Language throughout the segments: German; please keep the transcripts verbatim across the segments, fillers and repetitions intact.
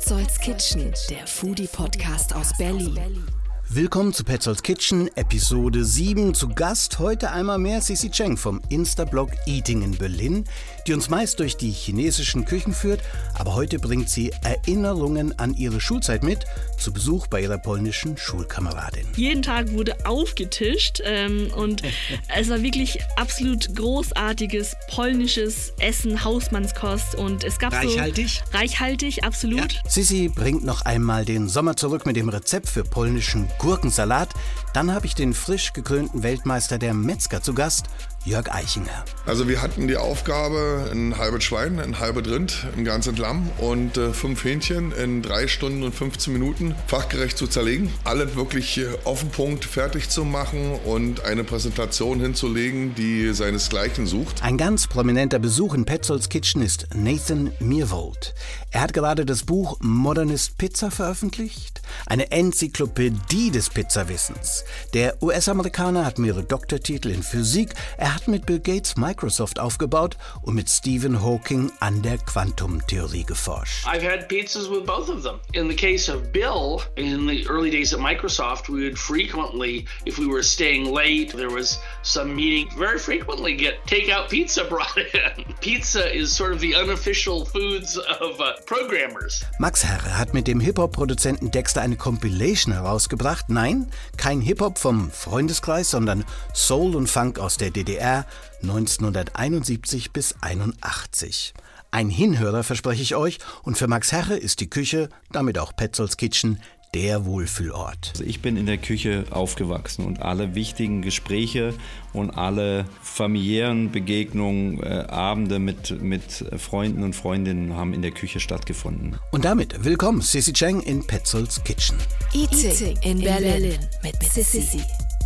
Petzolds Kitchen, der Foodie-Podcast aus Berlin. Willkommen zu Petzolds Kitchen, Episode sieben. Zu Gast heute einmal mehr Sisi Cheng vom Insta-Blog Eating in Berlin, die uns meist durch die chinesischen Küchen führt, aber heute bringt sie Erinnerungen an ihre Schulzeit mit, zu Besuch bei ihrer polnischen Schulkameradin. Jeden Tag wurde aufgetischt ähm, und es war wirklich absolut großartiges polnisches Essen, Hausmannskost und es gab Reichhaltig? so... Reichhaltig, absolut. Ja. Sisi bringt noch einmal den Sommer zurück mit dem Rezept für polnischen Gurkensalat. Dann habe ich den frisch gekrönten Weltmeister der Metzger zu Gast, Jörg Eichinger. Also wir hatten die Aufgabe, ein halbes Schwein, ein halbes Rind, ein ganzes Lamm und äh, fünf Hähnchen in drei Stunden und fünfzehn Minuten fachgerecht zu zerlegen. Alles wirklich äh, auf den Punkt fertig zu machen und eine Präsentation hinzulegen, die seinesgleichen sucht. Ein ganz prominenter Besuch in Petzolds Kitchen ist Nathan Myhrvold. Er hat gerade das Buch Modernist Pizza veröffentlicht, eine Enzyklopädie des Pizzawissens. Der U S-Amerikaner hat mehrere Doktortitel in Physik. Er hat mit Bill Gates Microsoft aufgebaut und mit Stephen Hawking an der Quantumtheorie geforscht. I've had pizzas with both of them. In the case of Bill, in the early days at Microsoft, we would frequently, if we were staying late, there was some meeting, very frequently get takeout pizza brought in. Pizza is sort of the unofficial foods of uh, programmers. Max Herre hat mit dem Hip-Hop-Produzenten Dexter eine Compilation herausgebracht. Nein, kein Hip-Hop vom Freundeskreis, sondern Soul und Funk aus der D D R neunzehnhunderteinundsiebzig bis einundachtzig. Ein Hinhörer verspreche ich euch, und für Max Herre ist die Küche, damit auch Petzolds Kitchen, der Wohlfühlort. Also ich bin in der Küche aufgewachsen und alle wichtigen Gespräche und alle familiären Begegnungen, äh, Abende mit, mit Freunden und Freundinnen haben in der Küche stattgefunden. Und damit willkommen Sisi Cheng in Petzolds Kitchen. Eating in Berlin mit Sisi.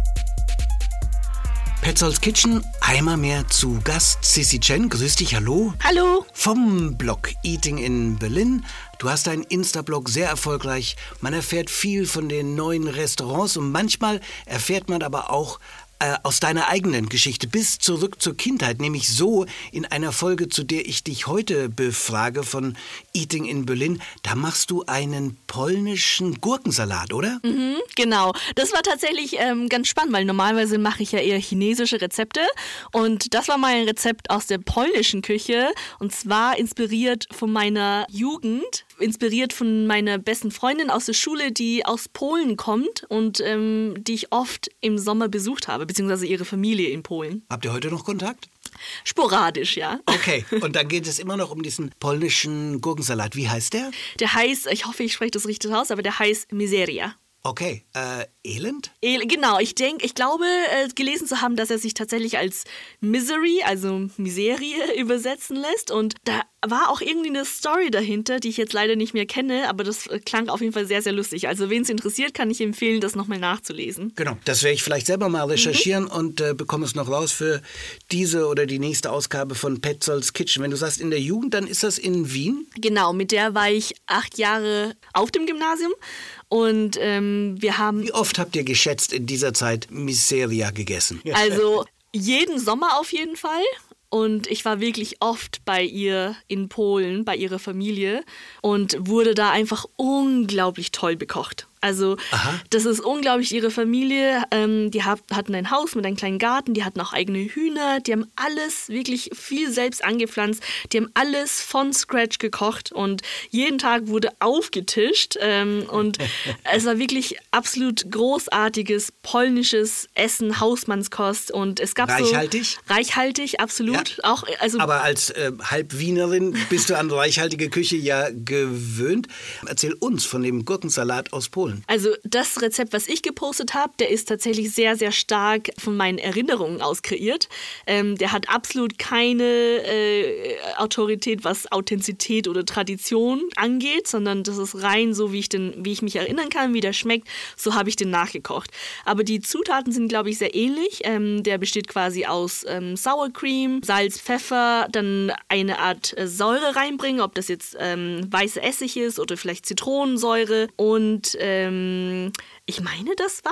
Petzolds Kitchen, einmal mehr zu Gast Sisi Cheng. Grüß dich, hallo. Hallo. Vom Blog Eating in Berlin. Du hast deinen Insta-Blog sehr erfolgreich. Man erfährt viel von den neuen Restaurants und manchmal erfährt man aber auch äh, aus deiner eigenen Geschichte bis zurück zur Kindheit. Nämlich so in einer Folge, zu der ich dich heute befrage von Eating in Berlin. Da machst du einen polnischen Gurkensalat, oder? Mhm, genau. Das war tatsächlich ähm, ganz spannend, weil normalerweise mache ich ja eher chinesische Rezepte. Und das war mal ein Rezept aus der polnischen Küche. Und zwar inspiriert von meiner Jugend. Inspiriert von meiner besten Freundin aus der Schule, die aus Polen kommt und ähm, die ich oft im Sommer besucht habe, beziehungsweise ihre Familie in Polen. Habt ihr heute noch Kontakt? Sporadisch, ja. Okay, und dann geht es immer noch um diesen polnischen Gurkensalat. Wie heißt der? Der heißt, ich hoffe, ich spreche das richtig aus, aber der heißt Miseria. Okay, äh, Elend? El- genau, ich denke, ich glaube, äh, gelesen zu haben, dass er sich tatsächlich als Misery, also Miserie, übersetzen lässt. Und da war auch irgendwie eine Story dahinter, die ich jetzt leider nicht mehr kenne, aber das klang auf jeden Fall sehr, sehr lustig. Also wen es interessiert, kann ich empfehlen, das nochmal nachzulesen. Genau, das werde ich vielleicht selber mal recherchieren mhm. und äh, bekomme es noch raus für diese oder die nächste Ausgabe von Petzolds Kitchen. Wenn du sagst in der Jugend, dann ist das in Wien? Genau, mit der war ich acht Jahre auf dem Gymnasium. Und ähm, wir haben... Wie oft habt ihr geschätzt in dieser Zeit Miseria gegessen? Also jeden Sommer auf jeden Fall. Und ich war wirklich oft bei ihr in Polen, bei ihrer Familie und wurde da einfach unglaublich toll bekocht. Also Aha. das ist unglaublich, ihre Familie, ähm, die hat, hatten ein Haus mit einem kleinen Garten, die hatten auch eigene Hühner, die haben alles wirklich viel selbst angepflanzt, die haben alles von Scratch gekocht und jeden Tag wurde aufgetischt ähm, und es war wirklich absolut großartiges polnisches Essen, Hausmannskost und es gab reichhaltig? so... Reichhaltig, absolut. Ja. Auch, also, aber als äh, Halbwienerin bist du an reichhaltige Küche ja gewöhnt. Erzähl uns von dem Gurkensalat aus Polen. Also das Rezept, was ich gepostet habe, der ist tatsächlich sehr, sehr stark von meinen Erinnerungen aus kreiert. Ähm, der hat absolut keine äh, Autorität, was Authentizität oder Tradition angeht, sondern das ist rein so, wie ich, den, wie ich mich erinnern kann, wie der schmeckt, so habe ich den nachgekocht. Aber die Zutaten sind, glaube ich, sehr ähnlich. Ähm, der besteht quasi aus ähm, Sour Cream, Salz, Pfeffer, dann eine Art äh, Säure reinbringen, ob das jetzt ähm, weißer Essig ist oder vielleicht Zitronensäure und äh, Ähm, ich meine, das war's.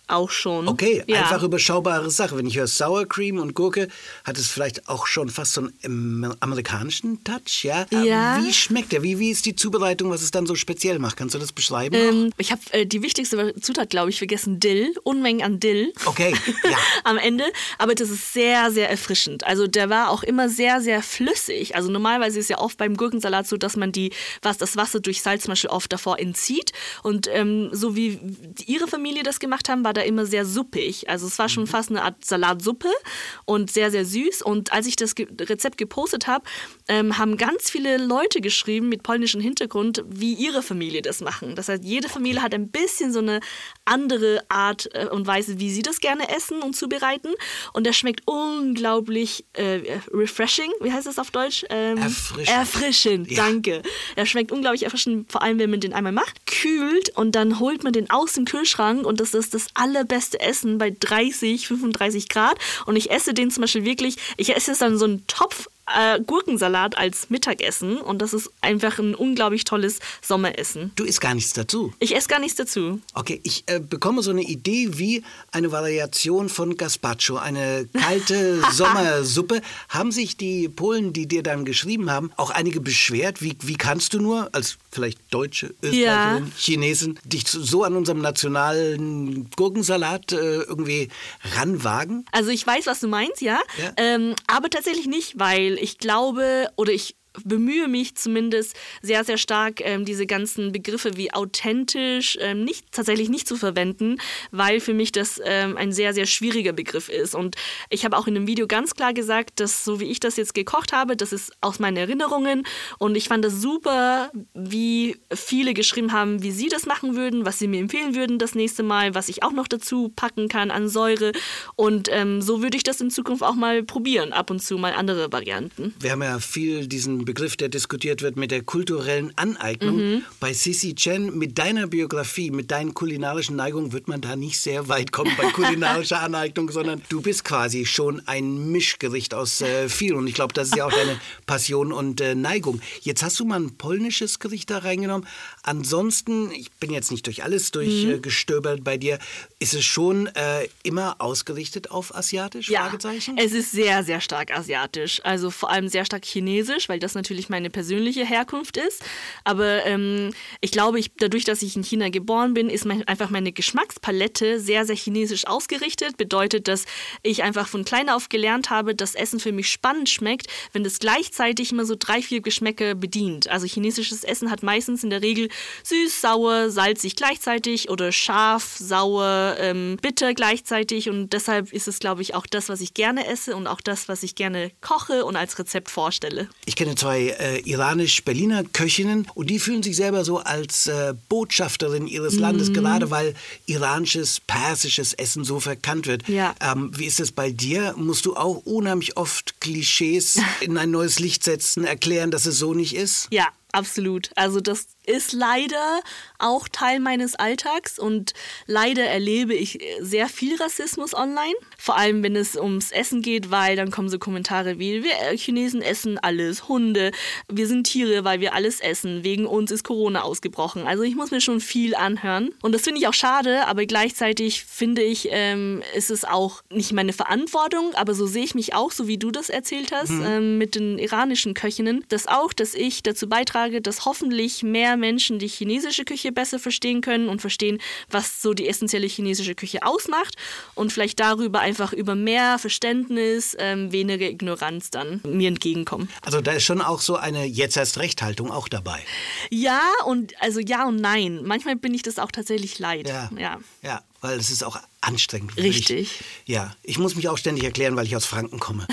auch schon. Okay, ja. einfach überschaubare Sache. Wenn ich höre Sour Cream und Gurke, hat es vielleicht auch schon fast so einen amerikanischen Touch, ja? Ja. Wie schmeckt der? Wie, wie ist die Zubereitung, was es dann so speziell macht? Kannst du das beschreiben? Ähm, ich habe äh, die wichtigste Zutat, glaube ich, vergessen. Dill. Unmengen an Dill. Okay, ja. Am Ende. Aber das ist sehr, sehr erfrischend. Also der war auch immer sehr, sehr flüssig. Also normalerweise ist ja oft beim Gurkensalat so, dass man die, was das Wasser durch Salz zum Beispiel oft davor entzieht. Und ähm, so wie ihre Familie das gemacht haben, war da immer sehr suppig. Also es war schon fast eine Art Salatsuppe und sehr, sehr süß. Und als ich das Ge- Rezept gepostet habe, ähm, haben ganz viele Leute geschrieben mit polnischem Hintergrund, wie ihre Familie das machen. Das heißt, jede Familie hat ein bisschen so eine andere Art äh, und Weise, wie sie das gerne essen und zubereiten. Und der schmeckt unglaublich äh, refreshing. Wie heißt das auf Deutsch? Ähm, erfrischend. Erfrischend, Ja. danke. Er schmeckt unglaublich erfrischend, vor allem wenn man den einmal macht, kühlt und dann holt man den aus dem Kühlschrank und das ist das allerbeste Essen bei dreißig, fünfunddreißig Grad. Und ich esse den zum Beispiel wirklich, ich esse es dann so einen Topf äh, Gurkensalat als Mittagessen und das ist einfach ein unglaublich tolles Sommeressen. Du isst gar nichts dazu. Ich esse gar nichts dazu. Okay, ich äh, bekomme so eine Idee wie eine Variation von Gazpacho, eine kalte Sommersuppe. Haben sich die Polen, die dir dann geschrieben haben, auch einige beschwert? Wie, wie kannst du nur, als vielleicht Deutsche, Österreicherin, Ja. Chinesen, dich so an unserem nationalen Gurkensalat äh, irgendwie ranwagen? Also ich weiß, was du meinst, ja, Ja. Ähm, aber tatsächlich nicht, weil ich glaube oder ich bemühe mich zumindest sehr, sehr stark, ähm, diese ganzen Begriffe wie authentisch ähm, nicht, tatsächlich nicht zu verwenden, weil für mich das ähm, ein sehr, sehr schwieriger Begriff ist. Und ich habe auch in einem Video ganz klar gesagt, dass so wie ich das jetzt gekocht habe, das ist aus meinen Erinnerungen und ich fand das super, wie viele geschrieben haben, wie sie das machen würden, was sie mir empfehlen würden das nächste Mal, was ich auch noch dazu packen kann an Säure und ähm, so würde ich das in Zukunft auch mal probieren, ab und zu mal andere Varianten. Wir haben ja viel diesen Begriff, der diskutiert wird mit der kulturellen Aneignung. Mhm. Bei Sissi Chen, mit deiner Biografie, mit deinen kulinarischen Neigungen wird man da nicht sehr weit kommen bei kulinarischer Aneignung, sondern du bist quasi schon ein Mischgericht aus äh, viel. Und ich glaube, das ist ja auch deine Passion und äh, Neigung. Jetzt hast du mal ein polnisches Gericht da reingenommen. Ansonsten, ich bin jetzt nicht durch alles durchgestöbert mhm. äh, bei dir, ist es schon äh, immer ausgerichtet auf asiatisch? Ja, Fragezeichen? es ist sehr, sehr stark asiatisch. Also vor allem sehr stark chinesisch, weil das natürlich meine persönliche Herkunft ist. Aber ähm, ich glaube, ich, dadurch, dass ich in China geboren bin, ist mein, einfach meine Geschmackspalette sehr, sehr chinesisch ausgerichtet. Bedeutet, dass ich einfach von klein auf gelernt habe, dass Essen für mich spannend schmeckt, wenn das gleichzeitig immer so drei, vier Geschmäcker bedient. Also chinesisches Essen hat meistens in der Regel süß, sauer, salzig gleichzeitig oder scharf, sauer, ähm, bitter gleichzeitig. Und deshalb ist es, glaube ich, auch das, was ich gerne esse und auch das, was ich gerne koche und als Rezept vorstelle. Ich kenne zwei äh, iranisch-Berliner Köchinnen und die fühlen sich selber so als äh, Botschafterin ihres Mhm. Landes, gerade weil iranisches, persisches Essen so verkannt wird. Ja. Ähm, wie ist es bei dir? Musst du auch unheimlich oft Klischees in ein neues Licht setzen, erklären, dass es so nicht ist? Ja, absolut. Also das ist leider auch Teil meines Alltags und leider erlebe ich sehr viel Rassismus online. Vor allem, wenn es ums Essen geht, weil dann kommen so Kommentare wie, wir Chinesen essen alles, Hunde, wir sind Tiere, weil wir alles essen, wegen uns ist Corona ausgebrochen. Also ich muss mir schon viel anhören und das finde ich auch schade, aber gleichzeitig finde ich, ähm, ist es auch nicht meine Verantwortung, aber so sehe ich mich auch, so wie du das erzählt hast, mhm. ähm, mit den iranischen Köchinnen, dass auch, dass ich dazu beitrage, dass hoffentlich mehr Menschen die chinesische Küche besser verstehen können und verstehen, was so die essentielle chinesische Küche ausmacht und vielleicht darüber einfach über mehr Verständnis, ähm, weniger Ignoranz dann mir entgegenkommen. Also da ist schon auch so eine Jetzt-erst-Recht-Haltung auch dabei. Ja und also ja und nein. Manchmal bin ich das auch tatsächlich leid. Ja, ja. ja, weil es ist auch anstrengend. Richtig. Ich, ja, ich muss mich auch ständig erklären, weil ich aus Franken komme.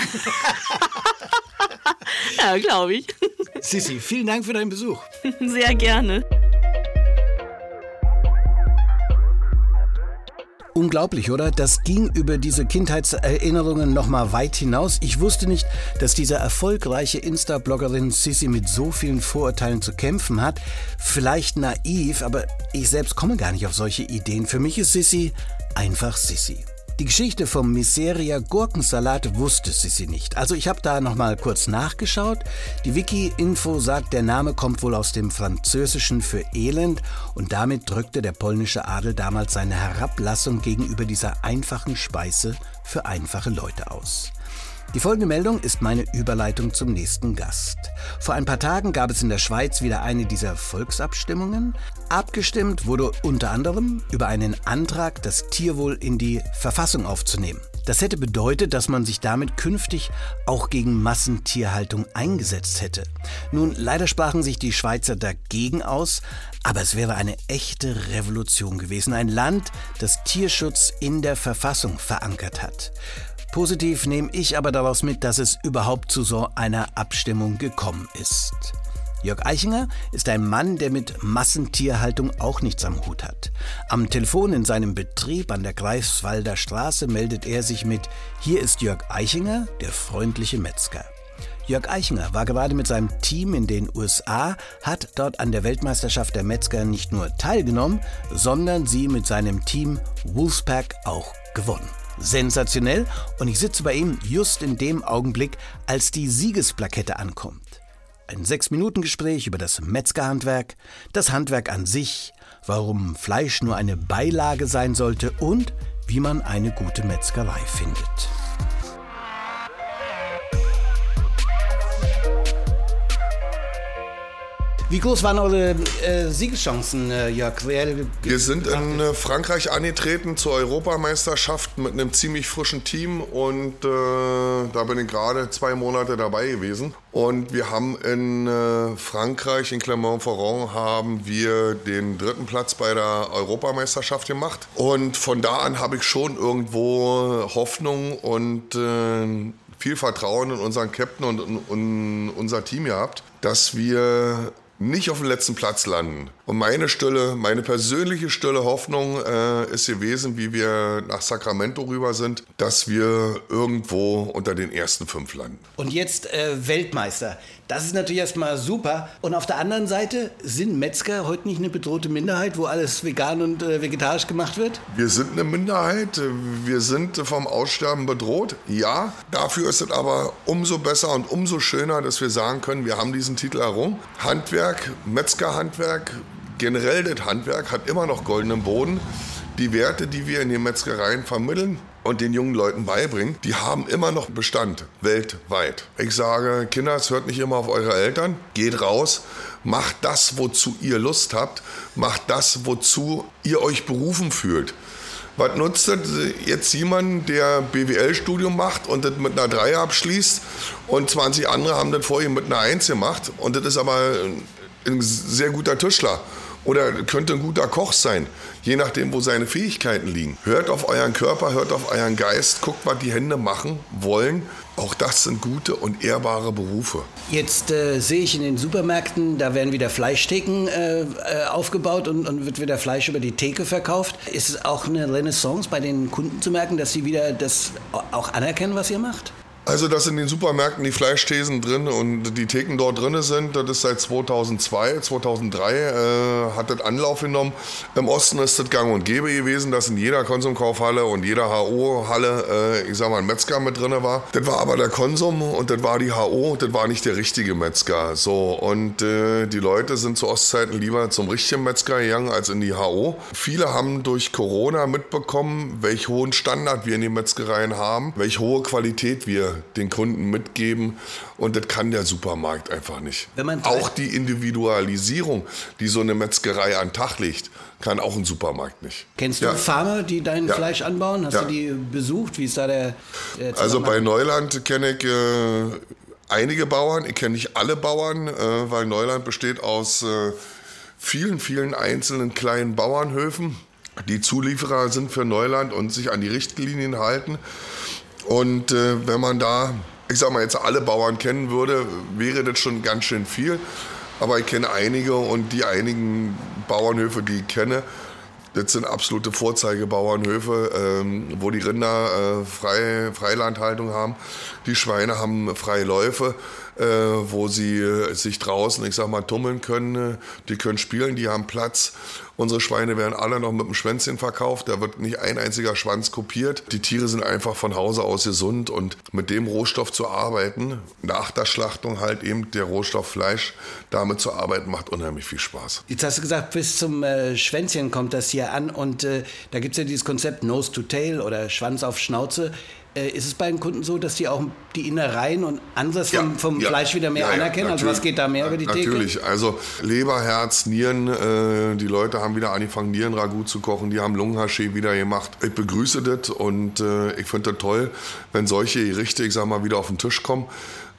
Ja, glaube ich. Sissi, vielen Dank für deinen Besuch. Sehr gerne. Unglaublich, oder? Das ging über diese Kindheitserinnerungen noch mal weit hinaus. Ich wusste nicht, dass diese erfolgreiche Insta-Bloggerin Sissi mit so vielen Vorurteilen zu kämpfen hat. Vielleicht naiv, aber ich selbst komme gar nicht auf solche Ideen. Für mich ist Sissi einfach Sissi. Die Geschichte vom Miseria-Gurkensalat wusste Sissi nicht. Also ich habe da nochmal kurz nachgeschaut. Die Wiki-Info sagt, der Name kommt wohl aus dem Französischen für Elend und damit drückte der polnische Adel damals seine Herablassung gegenüber dieser einfachen Speise für einfache Leute aus. Die folgende Meldung ist meine Überleitung zum nächsten Gast. Vor ein paar Tagen gab es in der Schweiz wieder eine dieser Volksabstimmungen. Abgestimmt wurde unter anderem über einen Antrag, das Tierwohl in die Verfassung aufzunehmen. Das hätte bedeutet, dass man sich damit künftig auch gegen Massentierhaltung eingesetzt hätte. Nun, leider sprachen sich die Schweizer dagegen aus, aber es wäre eine echte Revolution gewesen. Ein Land, das Tierschutz in der Verfassung verankert hat. Positiv nehme ich aber daraus mit, dass es überhaupt zu so einer Abstimmung gekommen ist. Jörg Eichinger ist ein Mann, der mit Massentierhaltung auch nichts am Hut hat. Am Telefon in seinem Betrieb an der Greifswalder Straße meldet er sich mit: Hier ist Jörg Eichinger, der freundliche Metzger. Jörg Eichinger war gerade mit seinem Team in den U S A, hat dort an der Weltmeisterschaft der Metzger nicht nur teilgenommen, sondern sie mit seinem Team Wolfpack auch gewonnen. Sensationell, und ich sitze bei ihm just in dem Augenblick, als die Siegesplakette ankommt. Ein Sechs-Minuten-Gespräch über das Metzgerhandwerk, das Handwerk an sich, warum Fleisch nur eine Beilage sein sollte und wie man eine gute Metzgerei findet. Wie groß waren eure äh, Siegeschancen, äh, Jörg? Wir sind in äh, Frankreich angetreten zur Europameisterschaft mit einem ziemlich frischen Team und äh, da bin ich gerade zwei Monate dabei gewesen. Und wir haben in äh, Frankreich, in Clermont-Ferrand, haben wir den dritten Platz bei der Europameisterschaft gemacht. Und von da an habe ich schon irgendwo Hoffnung und äh, viel Vertrauen in unseren Captain und in, in unser Team gehabt, dass wir nicht auf dem letzten Platz landen. Und meine stille, meine persönliche stille Hoffnung äh, ist gewesen, wie wir nach Sacramento rüber sind, dass wir irgendwo unter den ersten fünf landen. Und jetzt äh, Weltmeister. Das ist natürlich erstmal super. Und auf der anderen Seite, sind Metzger heute nicht eine bedrohte Minderheit, wo alles vegan und äh, vegetarisch gemacht wird? Wir sind eine Minderheit. Wir sind vom Aussterben bedroht. Ja, dafür ist es aber umso besser und umso schöner, dass wir sagen können, wir haben diesen Titel errungen. Handwerk, Metzgerhandwerk, generell das Handwerk hat immer noch goldenen Boden. Die Werte, die wir in den Metzgereien vermitteln und den jungen Leuten beibringen, die haben immer noch Bestand, weltweit. Ich sage, Kinder, es hört nicht immer auf eure Eltern. Geht raus, macht das, wozu ihr Lust habt. Macht das, wozu ihr euch berufen fühlt. Was nutzt das jetzt jemand, der B W L-Studium macht und das mit einer drei abschließt und zwanzig andere haben das vorher mit einer eins gemacht und das ist aber ein sehr guter Tischler oder könnte ein guter Koch sein, je nachdem, wo seine Fähigkeiten liegen. Hört auf euren Körper, hört auf euren Geist, guckt, was die Hände machen wollen. Auch das sind gute und ehrbare Berufe. Jetzt äh, sehe ich in den Supermärkten, da werden wieder Fleischtheken äh, äh, aufgebaut und, und wird wieder Fleisch über die Theke verkauft. Ist es auch eine Renaissance bei den Kunden zu merken, dass sie wieder das auch anerkennen, was ihr macht? Also, dass in den Supermärkten die Fleischthesen drin und die Theken dort drin sind, das ist seit zweitausendzwei, zweitausenddrei äh, hat das Anlauf genommen. Im Osten ist das gang und gäbe gewesen, dass in jeder Konsumkaufhalle und jeder H O-Halle, äh, ich sag mal, ein Metzger mit drin war. Das war aber der Konsum und das war die H O, das war nicht der richtige Metzger. So, und äh, die Leute sind zu Ostzeiten lieber zum richtigen Metzger gegangen als in die H O. Viele haben durch Corona mitbekommen, welch hohen Standard wir in den Metzgereien haben, welch hohe Qualität wir den Kunden mitgeben und das kann der Supermarkt einfach nicht. Wenn man auch die Individualisierung, die so eine Metzgerei an den Tag legt, kann auch ein Supermarkt nicht. Kennst du ja. Farmer, die dein ja. Fleisch anbauen? Hast ja. du die besucht? Wie ist da der, der Also bei Neuland kenne ich äh, einige Bauern, ich kenne nicht alle Bauern, äh, weil Neuland besteht aus äh, vielen, vielen einzelnen kleinen Bauernhöfen, die Zulieferer sind für Neuland und sich an die Richtlinien halten. Und äh, wenn man da, ich sag mal, jetzt alle Bauern kennen würde, wäre das schon ganz schön viel. Aber ich kenne einige und die einigen Bauernhöfe, die ich kenne, das sind absolute Vorzeigebauernhöfe, ähm, wo die Rinder äh, frei, Freilandhaltung haben. Die Schweine haben freie Läufe. äh, wo sie äh, sich draußen, ich sag mal, tummeln können. Die können spielen, die haben Platz. Unsere Schweine werden alle noch mit dem Schwänzchen verkauft. Da wird nicht ein einziger Schwanz kopiert. Die Tiere sind einfach von Hause aus gesund. Und mit dem Rohstoff zu arbeiten, nach der Schlachtung halt eben der Rohstoff Fleisch, damit zu arbeiten, macht unheimlich viel Spaß. Jetzt hast du gesagt, bis zum äh, Schwänzchen kommt das hier an. Und äh, da gibt es ja dieses Konzept Nose to Tail oder Schwanz auf Schnauze. Äh, ist es bei den Kunden so, dass die auch die Innereien und anderes vom, ja, vom ja, Fleisch wieder mehr ja, anerkennen? Ja, also was geht da mehr über die Theke? Natürlich, also Leber, Herz, Nieren, äh, die Leute haben wieder angefangen, Nierenragout zu kochen, die haben Lungenhaché wieder gemacht. Ich begrüße das und äh, ich finde das toll, wenn solche Gerichte, ich sag mal, wieder auf den Tisch kommen,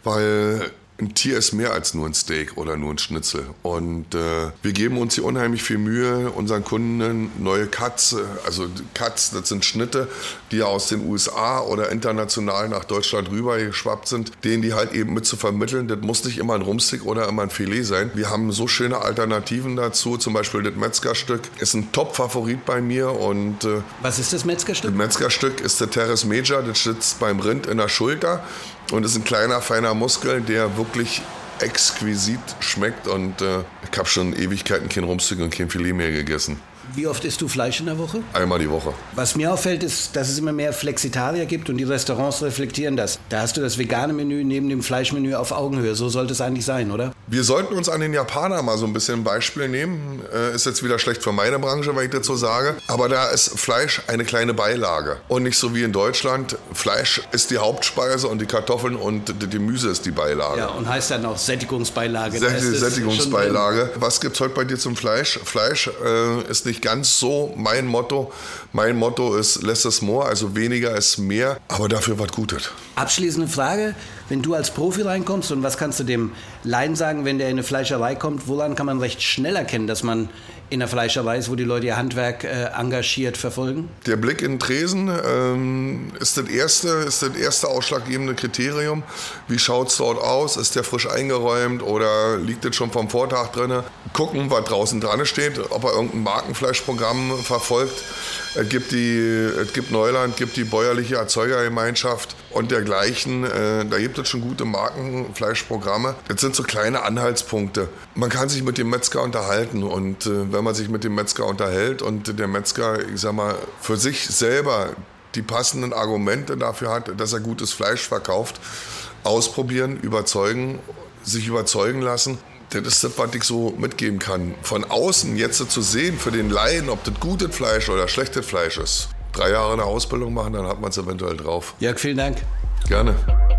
weil ein Tier ist mehr als nur ein Steak oder nur ein Schnitzel. Und äh, wir geben uns hier unheimlich viel Mühe, unseren Kunden neue Cuts, also Cuts, das sind Schnitte, die aus den U S A oder international nach Deutschland rüber geschwappt sind, denen die halt eben mit zu vermitteln. Das muss nicht immer ein Rumpstick oder immer ein Filet sein. Wir haben so schöne Alternativen dazu, zum Beispiel das Metzgerstück ist ein Top-Favorit bei mir. Und äh, was ist das Metzgerstück? Das Metzgerstück ist der Teres Major, das sitzt beim Rind in der Schulter. Und es ist ein kleiner, feiner Muskel, der wirklich exquisit schmeckt. Und äh, ich habe schon Ewigkeiten kein Rumpsteak und kein Filet mehr gegessen. Wie oft isst du Fleisch in der Woche? Einmal die Woche. Was mir auffällt, ist, dass es immer mehr Flexitarier gibt und die Restaurants reflektieren das. Da hast du das vegane Menü neben dem Fleischmenü auf Augenhöhe. So sollte es eigentlich sein, oder? Wir sollten uns an den Japanern mal so ein bisschen ein Beispiel nehmen. Äh, ist jetzt wieder schlecht für meine Branche, wenn ich das so sage. Aber da ist Fleisch eine kleine Beilage. Und nicht so wie in Deutschland. Fleisch ist die Hauptspeise und die Kartoffeln und das Gemüse ist die Beilage. Ja, und heißt dann auch Sättigungsbeilage. Sätt- Sättigungsbeilage. Was gibt's heute bei dir zum Fleisch? Fleisch äh, ist nicht ganz so mein Motto. Mein Motto ist less is more, also weniger ist mehr, aber dafür was Gutes. Abschließende Frage, wenn du als Profi reinkommst und was kannst du dem Laien sagen, wenn der in eine Fleischerei kommt, woran kann man recht schnell erkennen, dass man in der Fleischerei ist, wo die Leute ihr Handwerk äh, engagiert verfolgen? Der Blick in den Tresen ähm, ist, das erste, ist das erste ausschlaggebende Kriterium. Wie schaut es dort aus? Ist der frisch eingeräumt oder liegt das schon vom Vortag drin? Gucken, was draußen dran steht, ob er irgendein Markenfleischprogramm verfolgt. Es gibt, die, es gibt Neuland, es gibt die bäuerliche Erzeugergemeinschaft und dergleichen. Äh, da gibt es schon gute Markenfleischprogramme. Das sind so kleine Anhaltspunkte. Man kann sich mit dem Metzger unterhalten und äh, wenn man sich mit dem Metzger unterhält und der Metzger, ich sag mal, für sich selber die passenden Argumente dafür hat, dass er gutes Fleisch verkauft, ausprobieren, überzeugen, sich überzeugen lassen. Das ist das, was ich so mitgeben kann. Von außen jetzt so zu sehen, für den Laien, ob das gutes Fleisch oder schlechtes Fleisch ist. Drei Jahre eine Ausbildung machen, dann hat man es eventuell drauf. Jörg, vielen Dank. Gerne.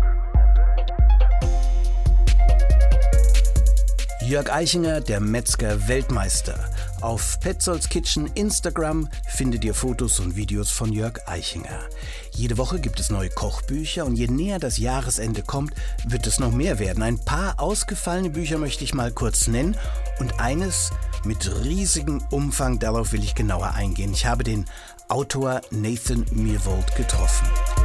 Jörg Eichinger, der Metzger-Weltmeister. Auf Petzolds Kitchen Instagram findet ihr Fotos und Videos von Jörg Eichinger. Jede Woche gibt es neue Kochbücher und je näher das Jahresende kommt, wird es noch mehr werden. Ein paar ausgefallene Bücher möchte ich mal kurz nennen und eines mit riesigem Umfang, darauf will ich genauer eingehen. Ich habe den Autor Nathan Myhrvold getroffen.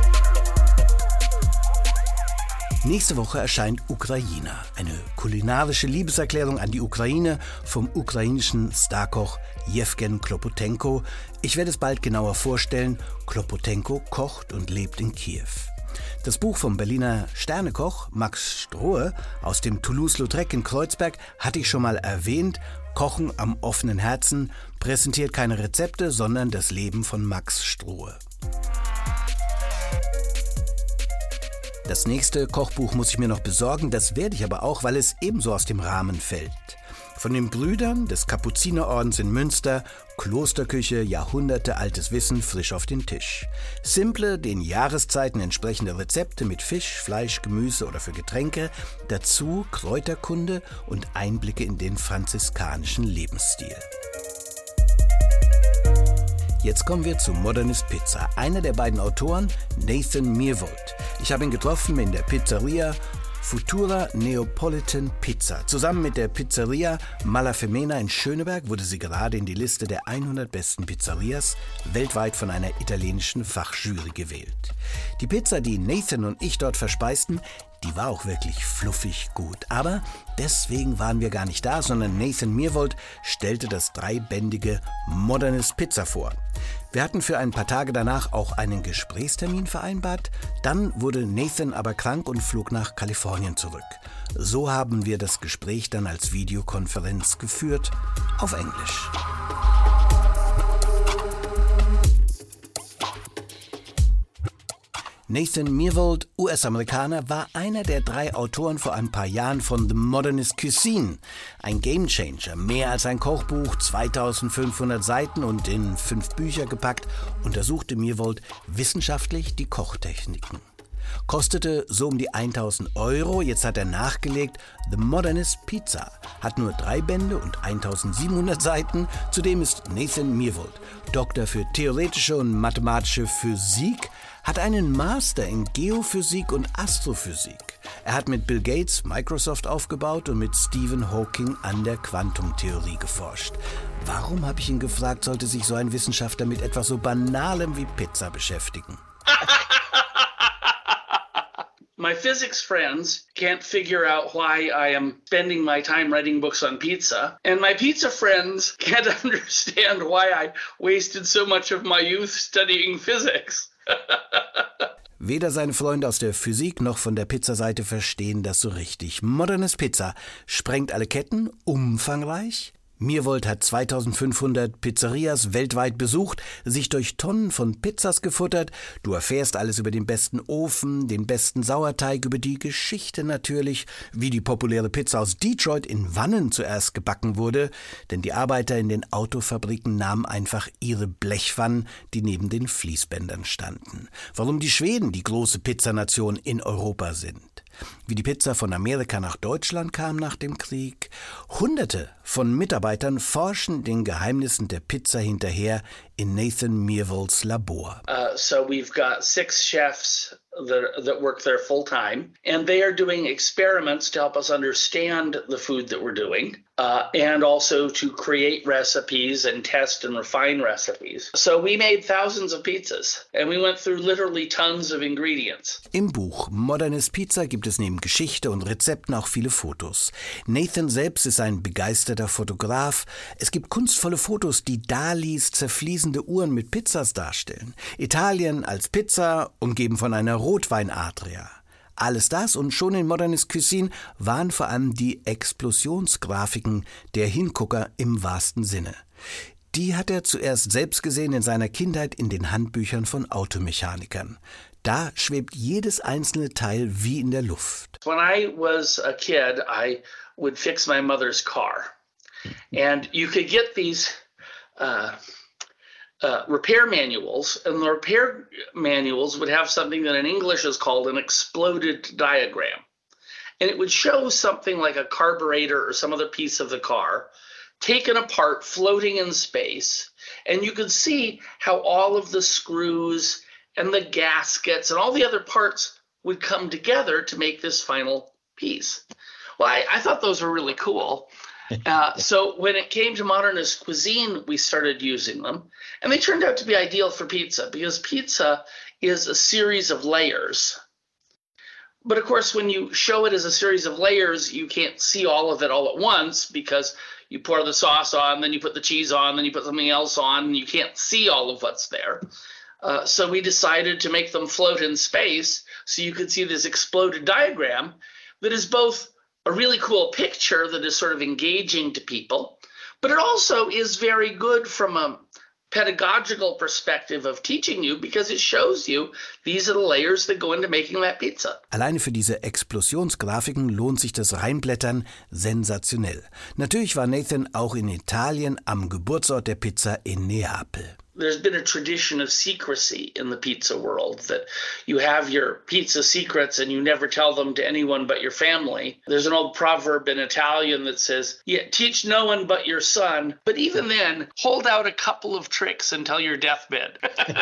Nächste Woche erscheint Ukraina, eine kulinarische Liebeserklärung an die Ukraine vom ukrainischen Starkoch Jewgen Klopotenko. Ich werde es bald genauer vorstellen. Klopotenko kocht und lebt in Kiew. Das Buch vom Berliner Sternekoch Max Strohe aus dem Toulouse-Lautrec in Kreuzberg hatte ich schon mal erwähnt. Kochen am offenen Herzen präsentiert keine Rezepte, sondern das Leben von Max Strohe. Das nächste Kochbuch muss ich mir noch besorgen, das werde ich aber auch, weil es ebenso aus dem Rahmen fällt. Von den Brüdern des Kapuzinerordens in Münster, Klosterküche, Jahrhunderte altes Wissen frisch auf den Tisch. Simple, den Jahreszeiten entsprechende Rezepte mit Fisch, Fleisch, Gemüse oder für Getränke, dazu Kräuterkunde und Einblicke in den franziskanischen Lebensstil. Jetzt kommen wir zu Modernist Pizza. Einer der beiden Autoren, Nathan Myhrvold. Ich habe ihn getroffen in der Pizzeria Futura Neapolitan Pizza. Zusammen mit der Pizzeria Malafemena in Schöneberg wurde sie gerade in die Liste der hundert besten Pizzerias weltweit von einer italienischen Fachjury gewählt. Die Pizza, die Nathan und ich dort verspeisten, Die war auch wirklich fluffig gut. Aber deswegen waren wir gar nicht da, sondern Nathan Myhrvold stellte das dreibändige Modernist Pizza vor. Wir hatten für ein paar Tage danach auch einen Gesprächstermin vereinbart. Dann wurde Nathan aber krank und flog nach Kalifornien zurück. So haben wir das Gespräch dann als Videokonferenz geführt, auf Englisch. Nathan Myhrvold, U S-Amerikaner, war einer der drei Autoren vor ein paar Jahren von The Modernist Cuisine. Ein Gamechanger, mehr als ein Kochbuch, zweitausendfünfhundert Seiten und in fünf Bücher gepackt, untersuchte Myhrvold wissenschaftlich die Kochtechniken. Kostete so um die tausend Euro, jetzt hat er nachgelegt. The Modernist Pizza hat nur drei Bände und eintausendsiebenhundert Seiten. Zudem ist Nathan Myhrvold Doktor für theoretische und mathematische Physik, hat einen Master in Geophysik und Astrophysik. Er hat mit Bill Gates Microsoft aufgebaut und mit Stephen Hawking an der Quantumtheorie geforscht. Warum, habe ich ihn gefragt, sollte sich so ein Wissenschaftler mit etwas so Banalem wie Pizza beschäftigen? My physics friends can't figure out why I am spending my time writing books on pizza. And my pizza friends can't understand why I wasted so much of my youth studying physics. Weder seine Freunde aus der Physik noch von der Pizzaseite verstehen das so richtig. Modernist Pizza sprengt alle Ketten, umfangreich. Myhrvold hat zweitausendfünfhundert Pizzerias weltweit besucht, sich durch Tonnen von Pizzas gefuttert. Du erfährst alles über den besten Ofen, den besten Sauerteig, über die Geschichte natürlich, wie die populäre Pizza aus Detroit in Wannen zuerst gebacken wurde, denn die Arbeiter in den Autofabriken nahmen einfach ihre Blechwannen, die neben den Fließbändern standen. Warum die Schweden die große Pizzanation in Europa sind. Wie die Pizza von Amerika nach Deutschland kam nach dem Krieg. Hunderte von Mitarbeitern forschen den Geheimnissen der Pizza hinterher in Nathan Myhrvolds Labor. Uh, so we've got six chefs that, that work there full time, and they are doing experiments to help us understand the food that we're doing, uh, and also to create recipes and test and refine recipes. So we made thousands of pizzas, and we went through literally tons of ingredients. Im Buch Modernist Pizza gibt es neben Geschichte und Rezepten auch viele Fotos. Nathan selbst ist ein begeisterter Fotograf. Es gibt kunstvolle Fotos, die Dalis zerfließende Uhren mit Pizzas darstellen. Italien als Pizza, umgeben von einer Rotweinadria. Alles das und schon in Modernist Cuisine waren vor allem die Explosionsgrafiken der Hingucker im wahrsten Sinne. Die hat er zuerst selbst gesehen in seiner Kindheit in den Handbüchern von Automechanikern. Da schwebt jedes einzelne Teil wie in der Luft. When I was a kid, I would fix my mother's car. And you could get these uh, uh, repair manuals, and the repair manuals would have something that in English is called an exploded diagram. And it would show something like a carburetor or some other piece of the car taken apart, floating in space, and you could see how all of the screws and the gaskets and all the other parts would come together to make this final piece. Well, I, I thought those were really cool. Uh, so when it came to Modernist Cuisine, we started using them, and they turned out to be ideal for pizza because pizza is a series of layers. But of course, when you show it as a series of layers, you can't see all of it all at once because you pour the sauce on, then you put the cheese on, then you put something else on, and you can't see all of what's there. Uh, so we decided to make them float in space so you could see this exploded diagram that is both a really cool picture that is sort of engaging to people, but it also is very good from a pedagogical perspective of teaching you because it shows you these are the layers that go into making that pizza. Alleine für diese Explosionsgrafiken lohnt sich das Reinblättern sensationell. Natürlich war Nathan auch in Italien am Geburtsort der Pizza in Neapel. There's been a tradition of secrecy in the pizza world, that you have your pizza secrets and you never tell them to anyone but your family. There's an old proverb in Italian that says, yeah, teach no one but your son, but even then, hold out a couple of tricks until your deathbed.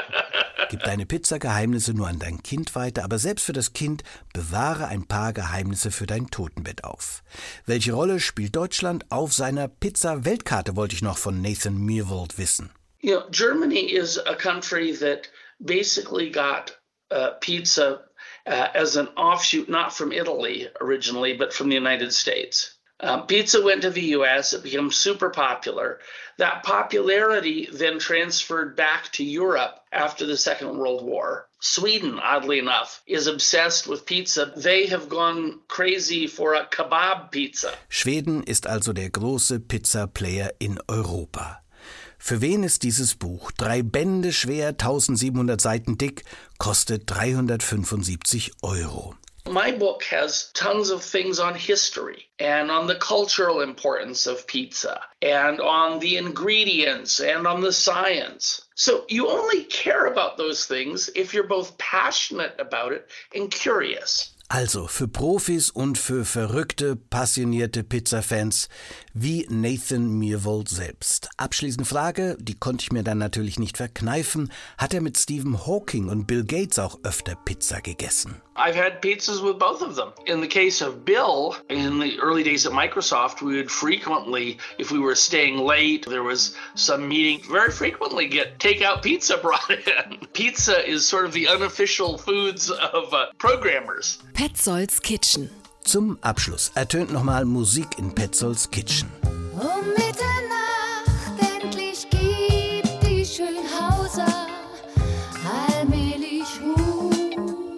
Gib deine Pizza-Geheimnisse nur an dein Kind weiter, aber selbst für das Kind bewahre ein paar Geheimnisse für dein Totenbett auf. Welche Rolle spielt Deutschland auf seiner Pizza-Weltkarte, wollte ich noch von Nathan Myhrvold wissen. You know, Germany is a country that basically got uh, pizza uh, as an offshoot, not from Italy originally, but from the United States. Uh, pizza went to the U S, it became super popular. That popularity then transferred back to Europe after the Second World War. Sweden, oddly enough, is obsessed with pizza. They have gone crazy for a kebab pizza. Schweden ist also der große Pizza-Player in Europa. Für wen ist dieses Buch? Drei Bände schwer, eintausendsiebenhundert Seiten dick, kostet dreihundertfünfundsiebzig Euro. My book has tons of things on history and on the cultural importance of pizza and on the ingredients and on the science. So you only care about those things if you're both passionate about it and curious. Also für Profis und für verrückte, passionierte Pizza-Fans wie Nathan Myhrvold selbst. Abschließende Frage, die konnte ich mir dann natürlich nicht verkneifen. Hat er mit Stephen Hawking und Bill Gates auch öfter Pizza gegessen? I've had pizzas with both of them. In the case of Bill, in the early days at Microsoft, we would frequently, if we were staying late, there was some meeting, very frequently get takeout pizza brought in. Pizza is sort of the unofficial foods of uh, programmers. Petzolds Kitchen. Zum Abschluss ertönt nochmal Musik in Petzolds Kitchen. Um Mitternacht endlich gibt die Schönhauser allmählich Ruhe.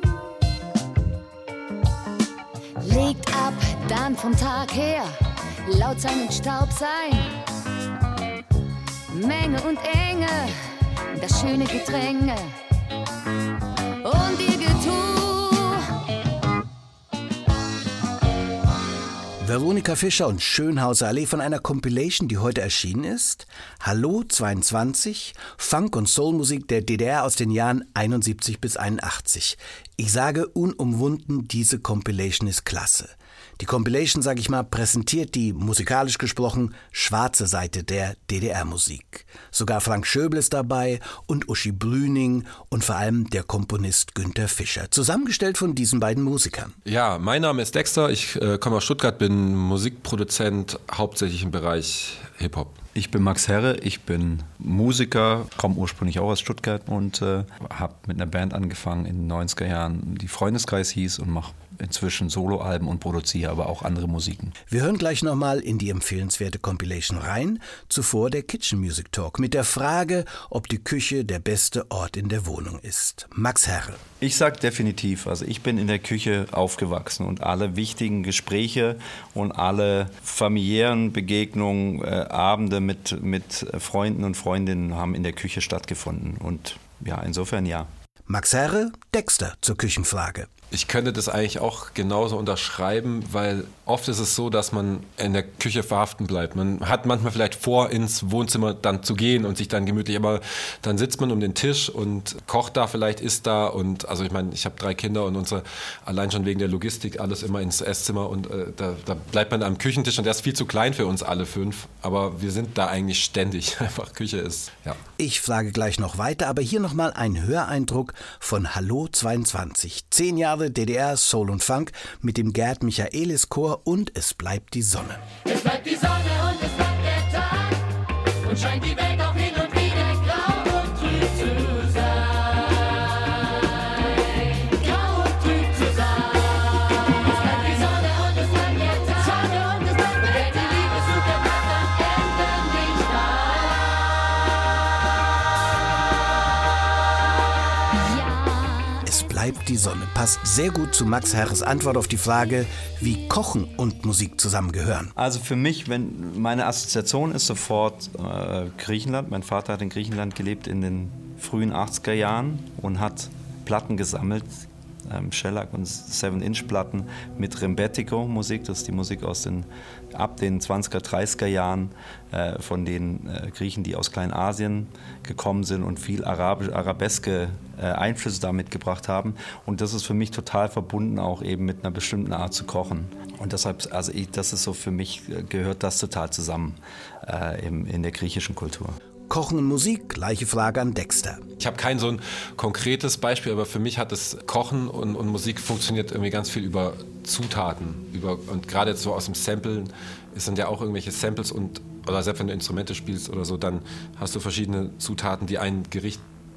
Legt ab, dann vom Tag her laut sein und Staub sein. Menge und Enge, das schöne Gedränge und ihr Getue. Veronika Fischer und Schönhauser Allee von einer Compilation, die heute erschienen ist. Hallo zweiundzwanzig, Funk- und Soulmusik der D D R aus den Jahren einundsiebzig bis einundachtzig. Ich sage unumwunden, diese Compilation ist klasse. Die Compilation, sage ich mal, präsentiert die, musikalisch gesprochen, schwarze Seite der D D R-Musik. Sogar Frank Schöbel ist dabei und Uschi Brüning und vor allem der Komponist Günther Fischer. Zusammengestellt von diesen beiden Musikern. Ja, mein Name ist Dexter, ich äh, komme aus Stuttgart, bin Musikproduzent, hauptsächlich im Bereich Hip-Hop. Ich bin Max Herre, ich bin Musiker, komme ursprünglich auch aus Stuttgart und äh, habe mit einer Band angefangen in den neunziger Jahren, die Freundeskreis hieß, und mache inzwischen Soloalben und produziere aber auch andere Musiken. Wir hören gleich nochmal in die empfehlenswerte Compilation rein, zuvor der Kitchen Music Talk mit der Frage, ob die Küche der beste Ort in der Wohnung ist. Max Herre. Ich sage definitiv, also ich bin in der Küche aufgewachsen und alle wichtigen Gespräche und alle familiären Begegnungen, äh, Abende mit, mit Freunden und Freundinnen haben in der Küche stattgefunden und ja, insofern ja. Max Herre, Dexter zur Küchenfrage. Ich könnte das eigentlich auch genauso unterschreiben, weil oft ist es so, dass man in der Küche verhaften bleibt. Man hat manchmal vielleicht vor, ins Wohnzimmer dann zu gehen und sich dann gemütlich, aber dann sitzt man um den Tisch und kocht da, vielleicht isst da und also ich meine, ich habe drei Kinder und unsere, allein schon wegen der Logistik, alles immer ins Esszimmer und äh, da, da bleibt man am Küchentisch und der ist viel zu klein für uns alle fünf, aber wir sind da eigentlich ständig, einfach Küche ist, ja. Ich frage gleich noch weiter, aber hier nochmal ein Höreindruck von Hallo zweiundzwanzig. Zehn Jahre D D R Soul und Funk mit dem Gerd Michaelis Chor und Es bleibt die Sonne. Es bleibt die Sonne und es bleibt der Tag und scheint die Welt auch hin und wieder grau und trüb zu sein. Grau und trüb zu sein. Es bleibt die Sonne und es bleibt der Tag. Sonne und es bleibt der Tag. Die Liebe sucht der Nacht am Ende nicht allein. Ja. Es bleibt die Sonne passt sehr gut zu Max Herres Antwort auf die Frage, wie Kochen und Musik zusammengehören. Also für mich, wenn meine Assoziation ist sofort äh, Griechenland. Mein Vater hat in Griechenland gelebt in den frühen achtziger Jahren und hat Platten gesammelt, ähm, Shellac und Seven-Inch-Platten mit Rembetiko-Musik. Das ist die Musik aus den, ab den zwanziger, dreißiger Jahren äh, von den äh, Griechen, die aus Kleinasien gekommen sind und viel Arabisch, arabeske äh, Einflüsse da mitgebracht haben. Und das ist für mich total verbunden auch eben mit einer bestimmten Art zu kochen. Und deshalb, also ich, das ist so für mich, gehört das total zusammen äh, im, in der griechischen Kultur. Kochen und Musik, gleiche Frage an Dexter. Ich habe kein so ein konkretes Beispiel, aber für mich hat das Kochen und, und Musik funktioniert irgendwie ganz viel über Zutaten. Über, und gerade jetzt so aus dem Samplen, es sind ja auch irgendwelche Samples und oder selbst wenn du Instrumente spielst oder so, dann hast du verschiedene Zutaten, die ein Gericht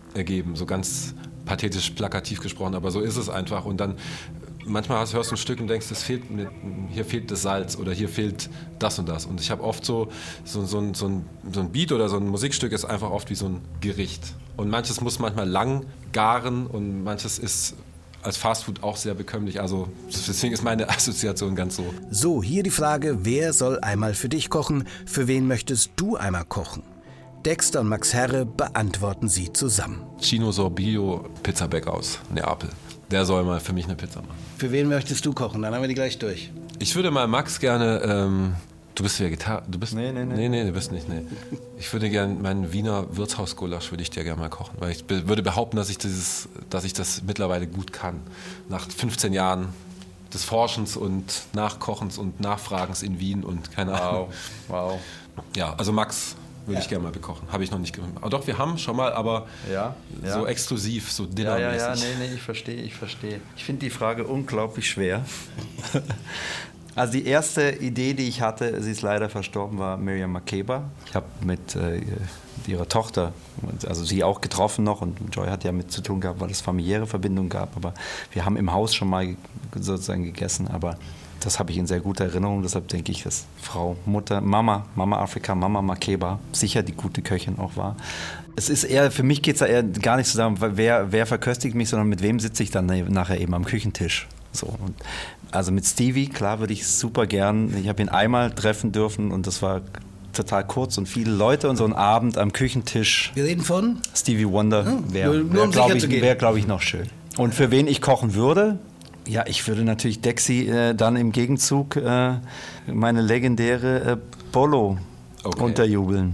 ergeben, so ganz pathetisch, plakativ gesprochen, aber so ist es einfach. Und dann manchmal hörst du ein Stück und denkst, das fehlt mir, hier fehlt das Salz oder hier fehlt das und das. Und ich habe oft so, so, so, ein, so, ein, so ein Beat oder so ein Musikstück ist einfach oft wie so ein Gericht. Und manches muss manchmal lang garen und manches ist als Fastfood auch sehr bekömmlich. Also deswegen ist meine Assoziation ganz so. So, hier die Frage, wer soll einmal für dich kochen? Für wen möchtest du einmal kochen? Dexter und Max Herre beantworten sie zusammen. Chino Sorbillo, Pizzabäcker aus Neapel. Der soll mal für mich eine Pizza machen. Für wen möchtest du kochen? Dann haben wir die gleich durch. Ich würde mal Max gerne, ähm, du bist Vegetarier, du bist... Nee, nee, nee. Nee, nee, du bist nicht, nee. Ich würde gerne meinen Wiener Wirtshausgulasch würde ich dir gerne mal kochen, weil ich be- würde behaupten, dass ich, dieses, dass ich das mittlerweile gut kann. Nach fünfzehn Jahren des Forschens und Nachkochens und Nachfragens in Wien und keine Ahnung. Wow, wow. Ja, also Max würde ich gerne mal bekochen. Habe ich noch nicht gemacht. Aber doch, wir haben schon mal, aber Ja, ja. so exklusiv, so Ja, dinnermäßig. ja, ja, nee, nee, ich verstehe, ich verstehe. Ich finde die Frage unglaublich schwer. Also die erste Idee, die ich hatte, sie ist leider verstorben, war Miriam Makeba. Ich habe mit äh, ihrer Tochter, also sie auch getroffen noch und Joy hat ja mit zu tun gehabt, weil es familiäre Verbindungen gab, aber wir haben im Haus schon mal sozusagen gegessen, aber das habe ich in sehr guter Erinnerung, deshalb denke ich, dass Frau, Mutter, Mama, Mama Afrika, Mama Makeba sicher die gute Köchin auch war. Es ist eher, für mich geht es da eher gar nicht so darum, wer, wer verköstigt mich, sondern mit wem sitze ich dann nachher eben am Küchentisch. So, und also mit Stevie, klar, würde ich super gern. Ich habe ihn einmal treffen dürfen und das war total kurz und viele Leute und so ein Abend am Küchentisch. Wir reden von? Stevie Wonder Ja, wäre, nur- nur wär, um glaube sicher ich, zu gehen. wär, glaub ich, noch schön. Und für wen ich kochen würde? Ja, ich würde natürlich Dexy äh, dann im Gegenzug äh, meine legendäre äh, Bolo Okay. unterjubeln.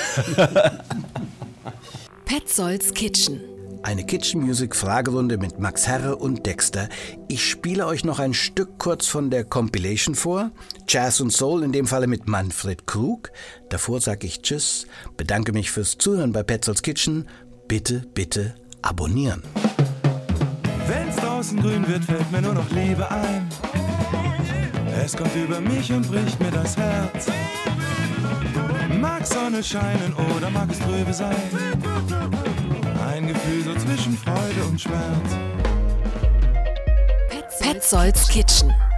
Petzolds Kitchen. Eine Kitchen Music Fragerunde mit Max Herre und Dexter. Ich spiele euch noch ein Stück kurz von der Compilation vor. Jazz und Soul, in dem Falle mit Manfred Krug. Davor sage ich Tschüss, bedanke mich fürs Zuhören bei Petzolds Kitchen. Bitte, bitte abonnieren. Wenn's draußen grün wird, fällt mir nur noch Liebe ein. Es kommt über mich und bricht mir das Herz. Mag Sonne scheinen oder mag es trübe sein? Ein Gefühl so zwischen Freude und Schmerz. Petzolds Kitchen.